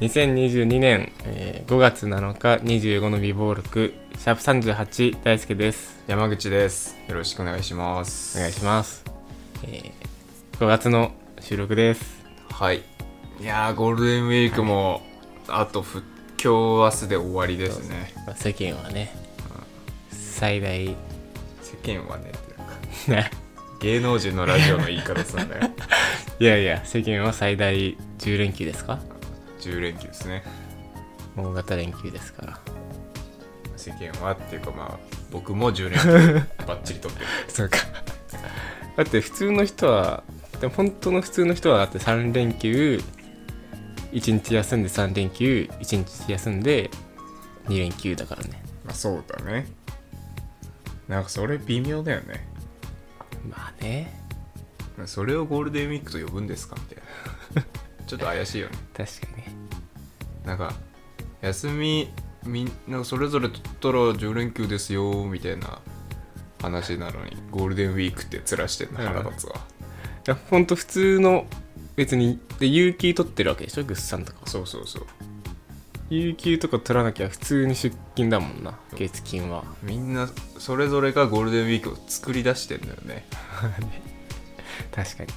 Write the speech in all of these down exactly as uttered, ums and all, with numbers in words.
にせんにじゅうにねん、えー、ごがつなのかにじゅうごの備忘録シャープさんじゅうはち大輔です。 山口です。よろしくお願いします。 お願いします。えー、ごがつの収録です。 はい。いやーゴールデンウィークもあとふ今日明日で終わりですね。 まあ、世間はね、うん、最大世間はねね芸能人のラジオの言い方するんだよいやいや、世間は最大じゅう連休ですか。 じゅう連休ですね。 大型連休ですから。 世間はっていうかまあ僕もじゅう連休バッチリ取ってるそうかだって普通の人はでも本当の普通の人はだってさん連休いちにち休んでさん連休いちにち休んでに連休だからね。 まあそうだね。なんかそれ微妙だよね。 まあね、 それをゴールデンウィークと呼ぶんですかみたいなちょっと怪しいよね。 確かにね。 なんか休みみんなそれぞれ取ったらじゅう連休ですよみたいな話なのにゴールデンウィークって面してんの腹立つわ。 いやほんと普通の別にで有給取ってるわけでしょ、グッさんとか。 そうそうそう。 有給とか取らなきゃ普通に出勤だもんな、月金は。 みんなそれぞれがゴールデンウィークを作り出してんだよね確か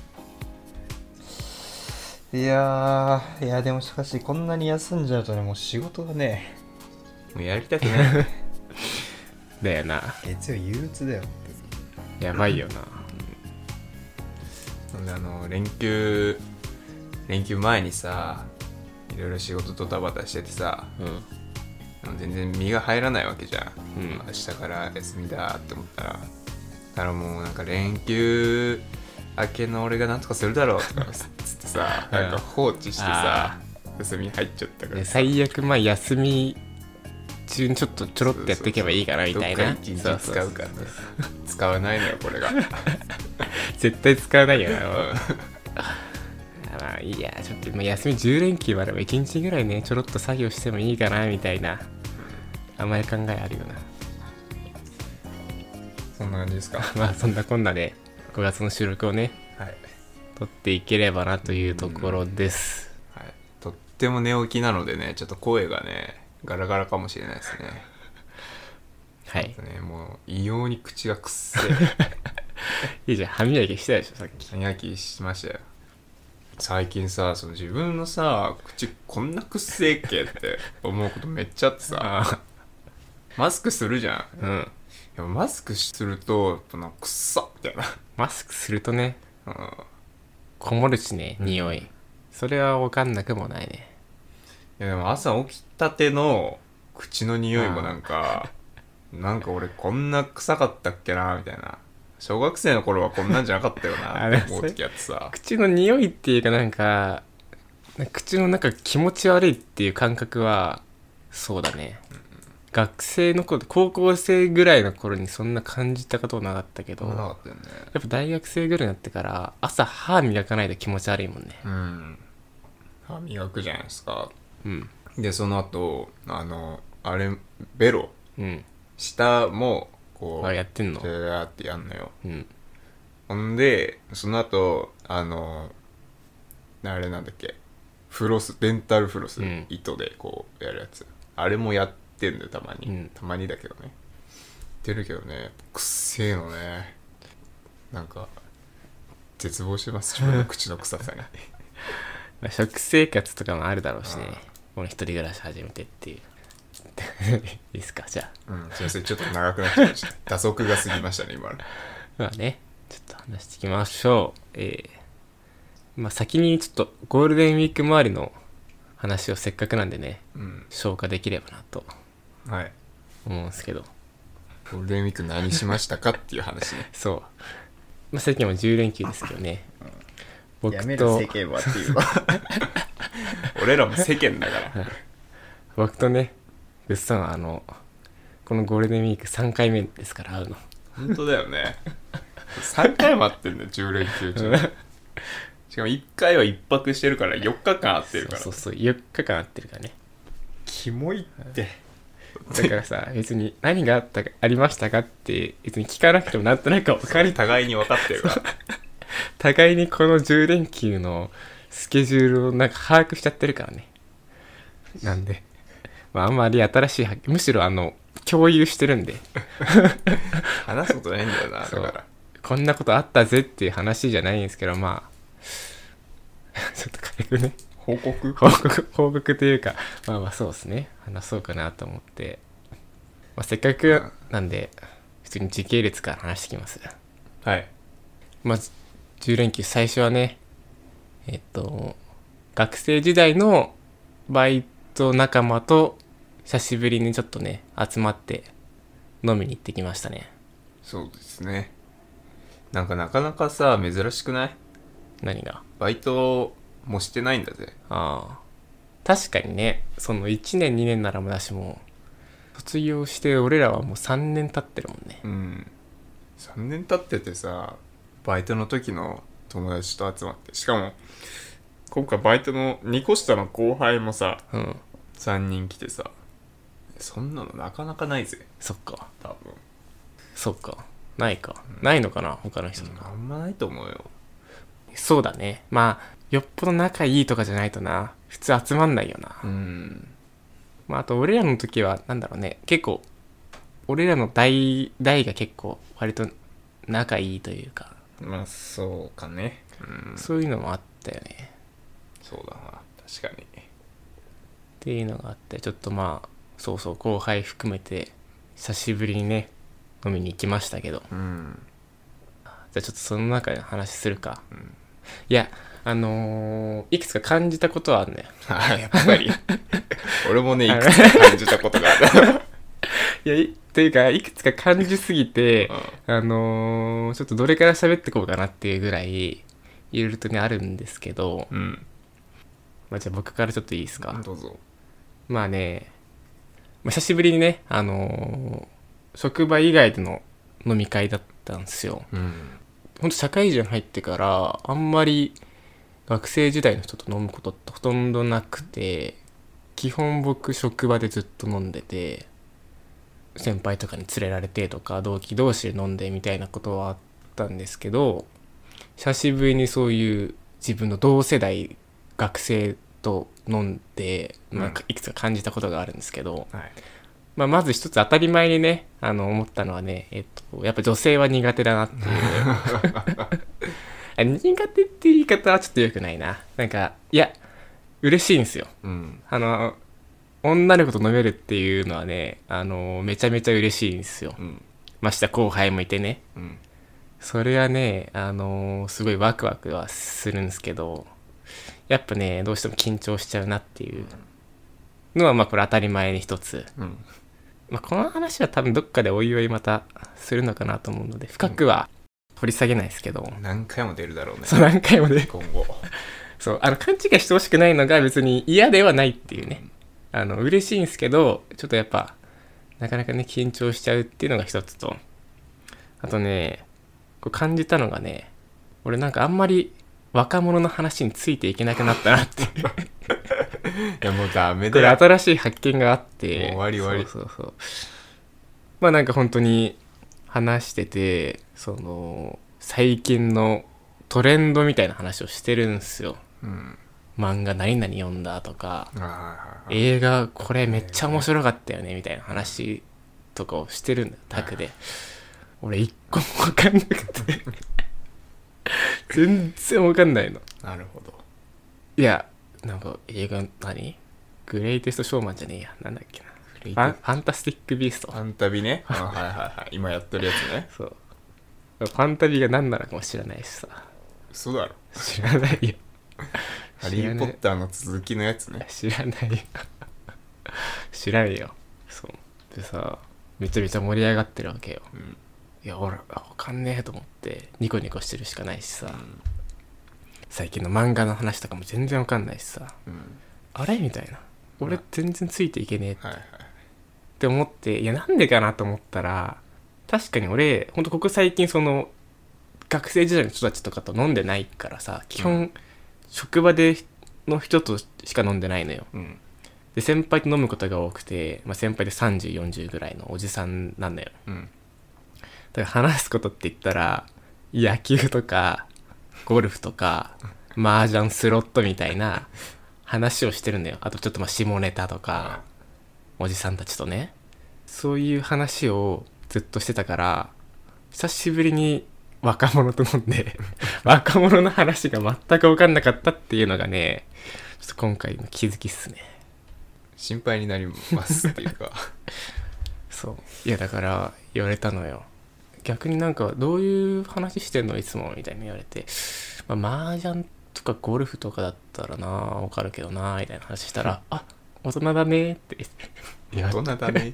に。いやーいやでもしかしこんなに休んじゃうとね、もう仕事がねもうやりたくないだよな。 月曜憂鬱だよ。 やばいよなそんであの連休連休前にさいろいろ仕事ドタバタしててさ、うん、全然身が入らないわけじゃん、うん、明日から休みだって思ったらだからもうなんか連休明けの俺がなんとかするだろうとかつってさなんか放置してさ休み入っちゃったからさ、 最悪まあ休み中にちょっとちょろっとやっていけばいいかなみたいな。 どっか一日使うからね。使わないのよこれが絶対使わないよなまあいいや、ちょっと休みじゅう連休あればいちにちぐらいねちょろっと作業してもいいかなみたいな甘い考えあるよな。 そんな感じですかまあそんなこんなでごがつの収録をね、はい、撮っていければなというところです、 はい、とっても寝起きなのでねちょっと声がねガラガラかもしれないですね。 はい、 ね、もう異様に口がくっせえいいじゃん、歯磨きしたでしょさっき。 歯磨きしましたよ。最近さその自分のさ口こんなくっせえっけって思うことめっちゃあってさマスクするじゃん、うん、でもマスクするとやっぱなんかくっさみたいな。 マスクするとね、 うん、 こもるしね匂い、うん、それは分かんなくもないね。 いやでも朝起きたての口の匂いもなんかなんか俺こんな臭かったっけなみたいな。小学生の頃はこんなんじゃなかったよなって思う時あってさ口の匂いっていうかなんか口の中気持ち悪いっていう感覚はそうだね、うん、学生の頃高校生ぐらいの頃にそんな感じたことなかったけど、 なかったよね。 やっぱ大学生ぐらいになってから朝歯磨かないと気持ち悪いもんね。 うん、歯磨くじゃないですか。 うん、 でその後あのあれベロ、うん、下もこうあれやってんのジャーってやんのよ、 うん、 ほんでその後あのあれなんだっけフロスデンタルフロス、うん、糸でこうやるやつあれもやってんだよたまに、うん、たまにだけどね。やってるけどねくっせえのねなんか絶望してます自分の口の臭さにまあ食生活とかもあるだろうしね、この一人暮らし始めてっていういいっすかじゃあ。うん、すいませんちょっと長くなっちゃいました打足が過ぎましたね今の。 まあねちょっと話していきましょう。えー、まあ先にちょっとゴールデンウィーク周りの話をせっかくなんでね、うん、消化できればなと思うんですけど、はい、 ゴールデンウィーク何しましたかっていう話ねそう、まあ、世間はじゅう連休ですけどね、 うん、僕とやめる世間はっていう俺らも世間だから僕とねグッさんはあのこのゴールデンウィークさんかいめですから会うの。 本当だよねさんかいも会ってんだよじゅう連休中しかもいっかいはいっぱくしてるからよっかかん会ってるから。 そうそうそうよっかかん会ってるからね。 キモいってだからさ別に何があったかありましたかって別に聞かなくてもなんとなく分かり互いに分かってるから互いにこのじゅう連休のスケジュールをなんか把握しちゃってるからね。 なんで、まあ、あんまり新しい発見、むしろあの共有してるんで話すことないんだよな。だからこんなことあったぜっていう話じゃないんですけど、まあちょっと軽くね報告報告報告というか、まあまあそうですね、話そうかなと思って、まあ、せっかくなんで普通に時系列から話してきます。 はい。 まずじゅう連休最初はね、えっと学生時代のバイト仲間と久しぶりにちょっとね集まって飲みに行ってきましたね。 そうですね。なんかなかなかさ珍しくない？ 何が？ バイトもしてないんだぜ。 ああ、確かにね、そのいちねんにねんならまだしも卒業して俺らはもうさんねん経ってるもんね。 うん。さんねん経っててさ、バイトの時の友達と集まって、しかも今回バイトのにこ下の後輩もさ、 うん。 さんにん来てさ、そんなのなかなかないぜ。 そっか。 多分。 そっか。ないか。うん、ないのかな他の人とか。 あんまないと思うよ。 そうだね。まあよっぽど仲いいとかじゃないとな、普通集まんないよな。 うん。 まああと俺らの時はなんだろうね、結構俺らの代代が結構割と仲いいというか、 まあそうかね。 うん、そういうのもあったよね。 そうだな、確かに。 っていうのがあって、ちょっとまあそうそう後輩含めて久しぶりにね飲みに行きましたけど、 うん、 じゃあちょっとその中で話するか。 うん、 いやあのー、いくつか感じたことはあるね。 あやっぱり俺もねいくつか感じたことがあるいやいというかいくつか感じすぎて、 うん、 あのー、ちょっとどれから喋ってこうかなっていうぐらいいろいろとねあるんですけど、 うん、 まあ、じゃあ僕からちょっといいですか。 どうぞ。 まあね、まあ、久しぶりにね、あのー、職場以外での飲み会だったんですよ。 うん、 ほんと社会人入ってからあんまり学生時代の人と飲むことってほとんどなくて、基本僕職場でずっと飲んでて、先輩とかに連れられてとか同期同士で飲んでみたいなことはあったんですけど、久しぶりにそういう自分の同世代学生と飲んで、なんかいくつか感じたことがあるんですけど、 はい、 まあ、まず一つ当たり前にねあの思ったのはね、えっと、やっぱ女性は苦手だなっていう苦手って言い方はちょっと良くないな。なんかいや嬉しいんですよ、 うん、 あの女の子と飲めるっていうのはね、あのめちゃめちゃ嬉しいんですよ、うん、まして後輩もいてね、うん、それはねあのすごいワクワクはするんですけど、やっぱねどうしても緊張しちゃうなっていうのは、まあこれ当たり前に一つ、うん、まあ、この話は多分どっかでおいおいまたするのかなと思うので深くは掘り下げないですけど、 うん、何回も出るだろうね。 そう何回も出る今後そうあの勘違いしてほしくないのが別に嫌ではないっていうね、うん、あの嬉しいんですけどちょっとやっぱなかなかね緊張しちゃうっていうのが一つと、あとねこう感じたのがね、俺なんかあんまり若者の話についていけなくなったなっていやもうダメだよ。 これ新しい発見があって、 もう終わり終わり。 そうそうそう。まあなんか本当に話してて、その最近のトレンドみたいな話をしてるんですよ、うん、漫画何々読んだとか、映画これめっちゃ面白かったよねみたいな話とかをしてるんだよタクで。俺一個も分かんなくて全然分かんないの。 なるほど。 いやなんか映画何グレイテストショーマンじゃねえや、なんだっけな、ファンファンタスティックビースト、 ファンタビねあはいはいはい今やってるやつね。 そうファンタビが何なのかも知らないしさ。 嘘だろ。 知らないよハリーポッターの続きのやつね。 知らないよ知らんよ。そうでさめちゃめちゃ盛り上がってるわけよ、うん、いや俺わかんねえと思ってニコニコしてるしかないしさ、うん、最近の漫画の話とかも全然わかんないしさ、うん、あれみたいな、俺全然ついていけねえって、はいはい、って思って、いやなんでかなと思ったら、確かに俺ほんとここ最近その学生時代の人たちとかと飲んでないからさ、基本、うん、職場での人としか飲んでないのよ、うん、で先輩と飲むことが多くて、まあ、先輩でさんじゅう、よんじゅうぐらいのおじさんなんだよ、うん、だから話すことって言ったら野球とかゴルフとか麻雀スロットみたいな話をしてるんだよ。あとちょっとまあ下ネタとか、おじさんたちとね、そういう話をずっとしてたから、久しぶりに若者と飲んで若者の話が全く分かんなかったっていうのがね、ちょっと今回の気づきっすね。 心配になりますっていうかそういやだから言われたのよ。逆になんかどういう話してんのいつもみたいに言われて、まあ麻雀とかゴルフとかだったらな分かるけどなみたいな話したらあ大人だねって大人だね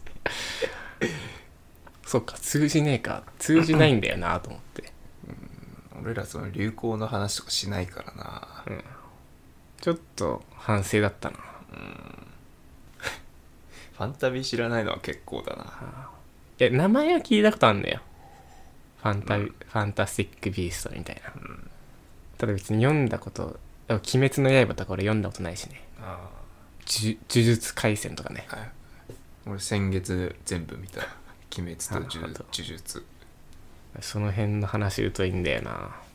そうか通じねえか通じないんだよなと思ってうん俺らその流行の話とかしないからな、 うん、ちょっと反省だったな。 うんファンタビー知らないのは結構だな。 いや名前は聞いたことあるんだよ。ファンタ、うん、ファンタスティックビーストみたいな、うん、ただ別に読んだこと鬼滅の刃とか俺読んだことないしね。あ呪術廻戦とかね、はい、 俺先月全部見た鬼滅と呪術。 その辺の話疎いんだよな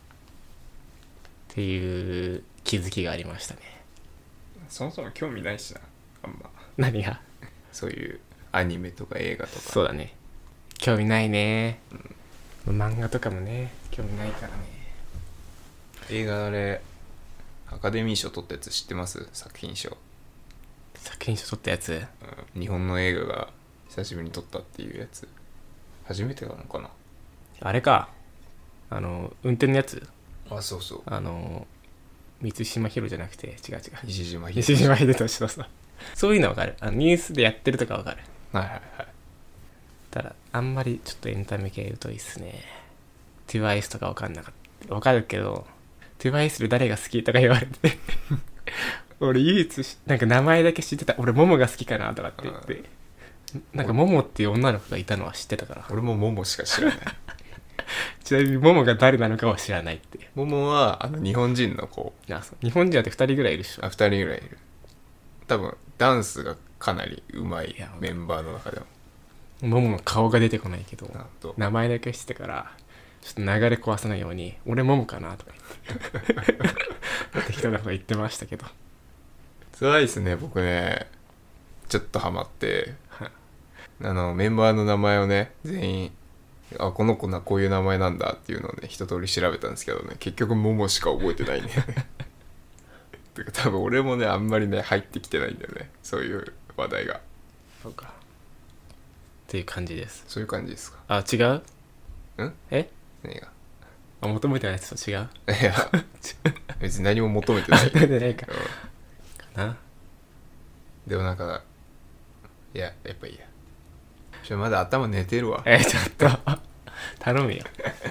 っていう気づきがありましたね。 そもそも興味ないしなあんま。 何がそういうアニメとか映画とか。 そうだね興味ないね、うん、漫画とかもね興味ないからね。 映画あれアカデミー賞取ったやつ知ってます？作品賞作品賞取ったやつ、 うん、日本の映画が久しぶりに撮ったっていうやつ初めてなのかな。 あれかあの運転のやつ。 あそうそうあの満島ひろじゃなくて違う違う西島秀西島秀俊。そうそうそういうの分かる。あのニュースでやってるとか分かる。 はいはいはい。 ただあんまりちょっとエンタメ系疎いっすね。トゥワイスとか分かんなかった分かるけどトゥワイスで誰が好きとか言われて俺唯一なんか名前だけ知ってた。俺モモが好きかなとかって言ってなんかモモっていう女の子がいたのは知ってたから。 俺もモモしか知らないちなみにモモが誰なのかは知らないって。 モモはあの日本人の子。 あそう日本人だってふたりぐらいいるっしょ。 あふたりぐらいいる。多分ダンスがかなりうまいメンバーの中でも。 モモの顔が出てこないけど名前だけ知ってからちょっと流れ壊さないように俺モモかなとか言って適当なこと言ってましたけど。 つらいですね僕ねちょっとハマってあのメンバーの名前をね全員あこの子なこういう名前なんだっていうのをね一通り調べたんですけどね結局モモしか覚えてないねてか多分俺もねあんまりね入ってきてないんだよねそういう話題が。 そうかっていう感じです。 そういう感じですか。 あ違う？ ん？ え？ 何が？ あ求めてないやつと違う？ いや別に何も求めてない。 求めてないか。かな。 でもなんかいややっぱいいや。ちょまだ頭寝てるわ。 えちょっと頼むよ。 い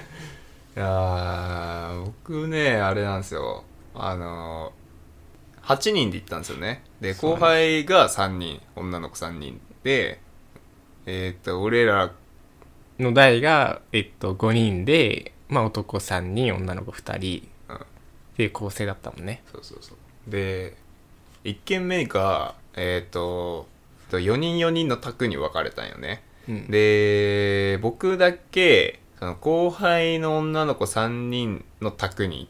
や僕ねあれなんですよ。あのはちにんで行ったんですよね。で後輩がさんにん女の子さんにんでえっと俺らの代がえっとごにんでまあ男さんにん女の子ふたりっていう構成だったもんね。 そうそうそうでいっけんめがえっとよにんよにんの卓に分かれたんよね、うん、で僕だけその後輩の女の子さんにんの卓に行って、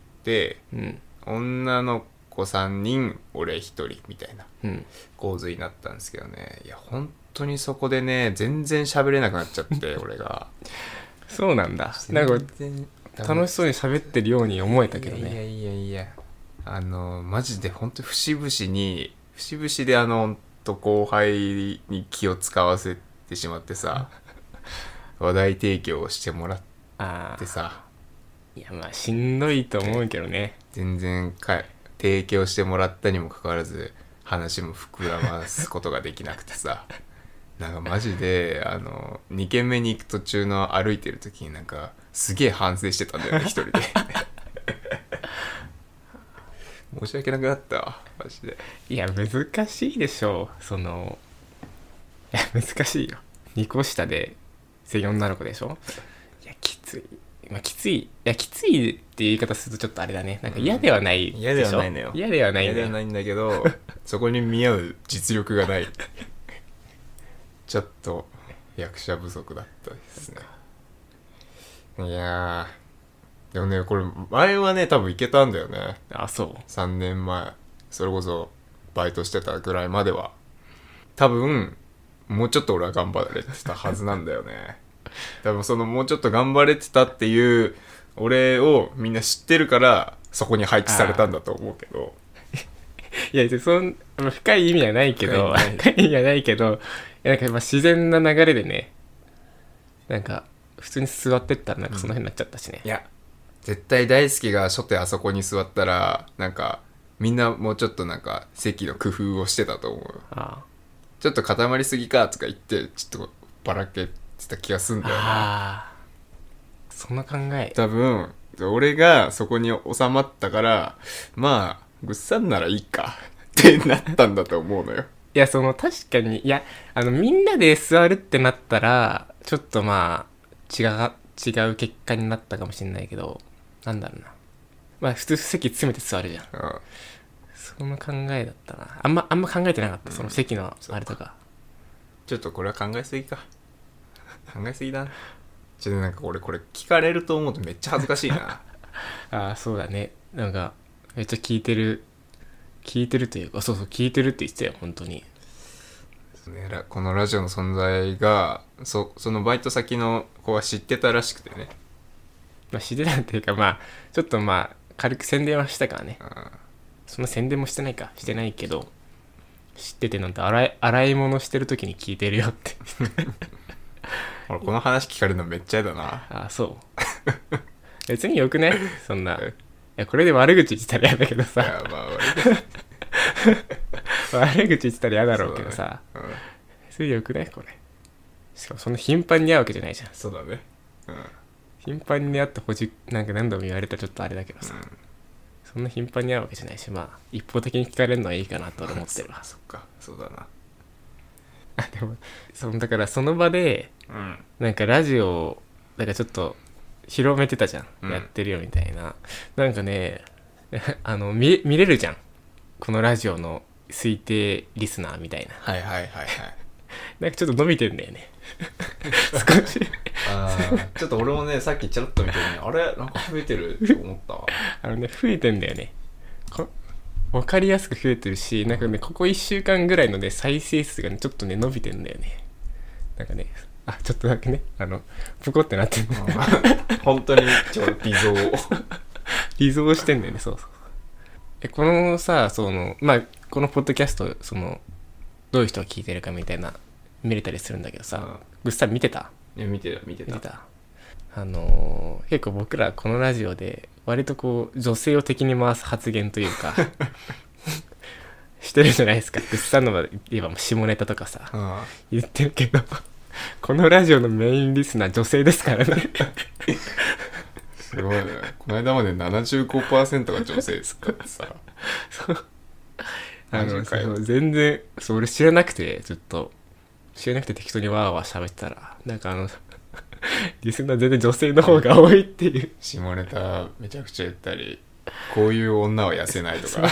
うん、女の子さんにん俺ひとりみたいな構図になったんですけどね。いや本当にそこでね全然喋れなくなっちゃって俺がそうなんだ。なんか楽しそうに喋ってるように思えたけどね。 いやいやいやあのマジで本当節々に節々であのと後輩に気を使わせてしまってさ話題提供をしてもらってさ。 いやまあしんどいと思うけどね。 全然か提供してもらったにもかかわらず話も膨らますことができなくてさなんかマジであのに軒目に行く途中の歩いてる時になんかすげえ反省してたんだよね一人で申し訳なくなったわマジで。 いや難しいでしょうそのいや難しいよ。にこ下で全員女の子でしょ。いやきつい。まあきついいやきついっていう言い方するとちょっとあれだね。なんか嫌ではないでしょ、うん、嫌ではないのよ。嫌ではない嫌ではないんだけどそこに見合う実力がないちょっと役者不足だったですね。いやーでもねこれ前はね多分いけたんだよね。 あそうさんねんまえそれこそバイトしてたぐらいまでは多分もうちょっと俺は頑張れてたはずなんだよね多分そのもうちょっと頑張れてたっていう俺をみんな知ってるからそこに配置されたんだと思うけどいやそん深い意味はないけど深い意味はないけど、いやなんかまあ自然な流れでね、なんか普通に座ってったらなんかその辺になっちゃったしね、 うん、いや絶対大好きが初手あそこに座ったらなんかみんなもうちょっとなんか席の工夫をしてたと思う。ああちょっと固まりすぎかとか言ってちょっとばらけてた気がするんだよな。あそんな考え多分俺がそこに収まったからまあぐっさんならいいかってなったんだと思うのよ。 いやその確かにいやあのみんなで座るってなったらちょっとまあ違う違う結果になったかもしれないけど、なんだろうな、まあ普通席詰めて座るじゃん。ああその考えだったな。あんまあんま考えてなかった、うん、その席のあれとか。 ちょっとこれは考えすぎか考えすぎだな。ちょっとなんか俺これ聞かれると思うとめっちゃ恥ずかしいなああそうだね、なんかめっちゃ聞いてる聞いてるというか、そうそう聞いてるって言ってたよ本当に。 このラジオの存在が そ, そのバイト先の子は知ってたらしくてね。 まあ知ってたっていうかまあちょっとまあ軽く宣伝はしたからね。そんな宣伝もしてないかしてないけど知ってて、なんて洗い洗い物してる時に聞いてるよって俺この話聞かれるのめっちゃ嫌だな。 ああそう別によくねそんな。いやこれで悪口言ってたら嫌だけどさ。いやまあ悪口悪口言ってたら嫌だろうけどさ、そ,、ねうん、それよくねこれ。しかもそんな頻繁に会うわけじゃないじゃん。 そうだね、うん、 頻繁に会ってほじなんか何度も言われたらちょっとあれだけどさ、うん、そんな頻繁に会うわけじゃないし、まあ一方的に聞かれるのはいいかなと思ってるわそ, そっかそうだなあでもそのだからその場で、うん、なんかラジオをなんかちょっと広めてたじゃん、うん、やってるよみたいな。なんかねあの 見, 見れるじゃんこのラジオの推定リスナーみたいな。 はいはいはいはいなんかちょっと伸びてるんだよね少しあちょっと俺もねさっきちらっと見てね、あれなんか増えてるって思ったあのね増えてんだよね。こ分かりやすく増えてるし、なんかねここいっしゅうかんぐらいのね再生数がねちょっとね伸びてんだよね。なんかねあちょっとだけねあのぷこってなってんだ本当にちょっと微増微増してんだよね。そうそうえこのさそのまあこのポッドキャストそのどういう人が聞いてるかみたいな見れたりするんだけどさ、うん、ぐっさん見てた？ いや見てた見てた見てた。あのー、結構僕らこのラジオで割とこう女性を敵に回す発言というかしてるじゃないですか。ぐっさんの場合言えばもう下ネタとかさ、うん、言ってるけどこのラジオのメインリスナー女性ですからねすごいね。この間まで ななじゅうごパーセント が女性ですからさそうあのそう全然そう俺知らなくてずっと知らなくて適当にワーワー喋ってたらなんかあのリスナー全然女性の方が多いっていう。 下ネタめちゃくちゃ言ったりこういう女は痩せないとか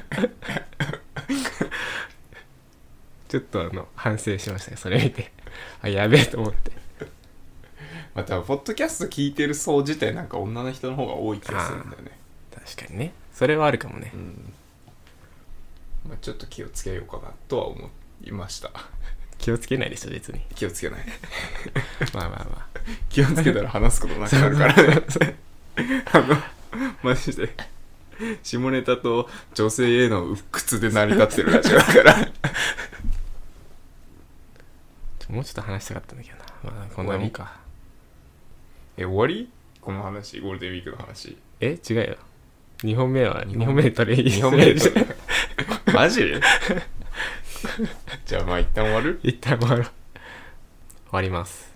ちょっとあの反省しましたねそれ見てあやべえと思ってまたポッドキャスト聞いてる層自体なんか女の人の方が多い気がするんだよね。 確かにねそれはあるかもね、うんまあ、ちょっと気をつけようかなとは思いました。 気をつけないでしょ別に。 気をつけないまあまあまあ気をつけたら話すことなくなるからねあのマジで下ネタと女性への鬱屈で成り立ってるラジオだからもうちょっと話したかったんだけどな。まあこんなもんか。 え終わり？この話ゴールデンウィークの話。 え違うよにほんめはにほんめで取れにほんめで取れマジじゃあまあ一旦終わる？ 一旦終わろう終わります。